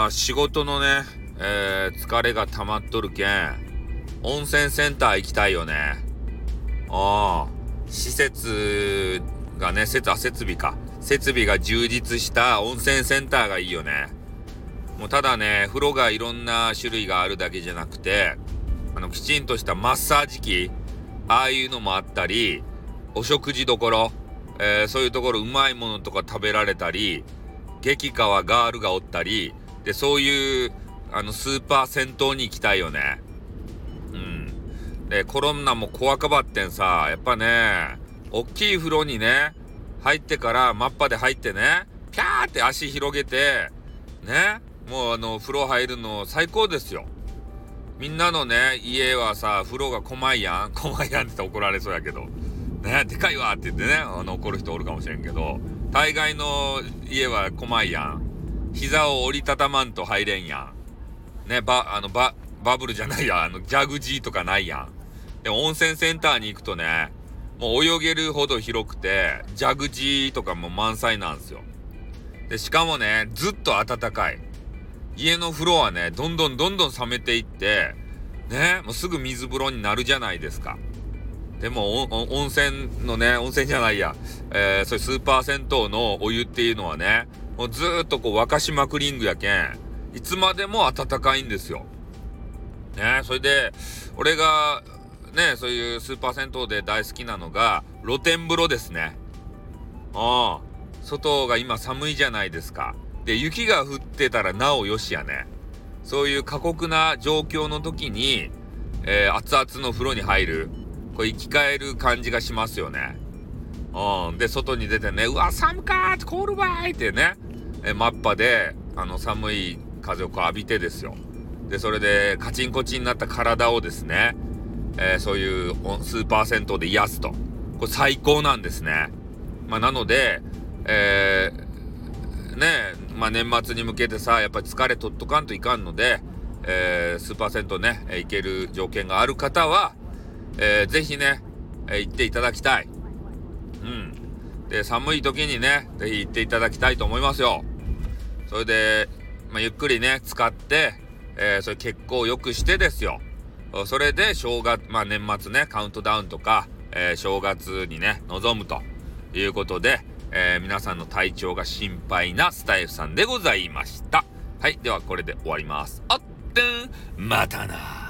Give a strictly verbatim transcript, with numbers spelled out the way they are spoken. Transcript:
まあ仕事のね、えー、疲れが溜まっとるけん温泉センター行きたいよね。ああ、施設がね、設あ設備か設備が充実した温泉センターがいいよね。もうただね、風呂がいろんな種類があるだけじゃなくて、あのきちんとしたマッサージ機、ああいうのもあったり、お食事どころ、えー、そういうところうまいものとか食べられたり、激川ガールがおったりで、そういうあのスーパー銭湯に行きたいよね。うんで、コロナも怖かばってんさ、やっぱね、大きい風呂にね入ってから、マッパで入ってね、ピャーって足広げてね、もうあの風呂入るの最高ですよ。みんなのね家はさ、風呂が狭いやん狭いやんって言ったら怒られそうやけどね、でかいわって言ってね、あの怒る人おるかもしれんけど、大概の家は狭いやん。膝を折りたたまんと入れんやんね。バあのババブルじゃないや、あのジャグジーとかないやん。でも温泉センターに行くとね、もう泳げるほど広くて、ジャグジーとかも満載なんですよ。でしかもね、ずっと暖かい。家の風呂はね、どんどんどんどん冷めていってね、もうすぐ水風呂になるじゃないですか。でも温泉のね、温泉じゃないや、えー、そういうスーパー銭湯のお湯っていうのはね、もうずーっとこう沸かしまくりんぐやけん、いつまでも暖かいんですよ。ね、それで俺がね、そういうスーパー銭湯で大好きなのが露天風呂ですね。ああ、外が今寒いじゃないですか。で、雪が降ってたらなおよしやね。そういう過酷な状況の時に、えー、熱々の風呂に入る、これ生き返る感じがしますよね。うん。で、外に出てね、うわ、寒かーって、コールバーイってね、えマッパで、あの、寒い風をこう浴びてですよ。で、それで、カチンコチンになった体をですね、えー、そういうスーパー銭湯で癒すと。これ最高なんですね。まあ、なので、えー、ねえ、まあ、年末に向けてさ、やっぱり疲れとっとかんといかんので、えー、スーパー銭湯ね、行ける条件がある方は、えー、ぜひね、えー、行っていただきたい。うん。で、寒い時にね、ぜひ行っていただきたいと思いますよ。それで、まあ、ゆっくりね、使って、えー、それ血行を良くしてですよ。それで、正月、まあ、年末ね、カウントダウンとか、えー、正月にね、臨むということで、えー、皆さんの体調が心配なスタイフさんでございました。はい、ではこれで終わります。あってん、またな。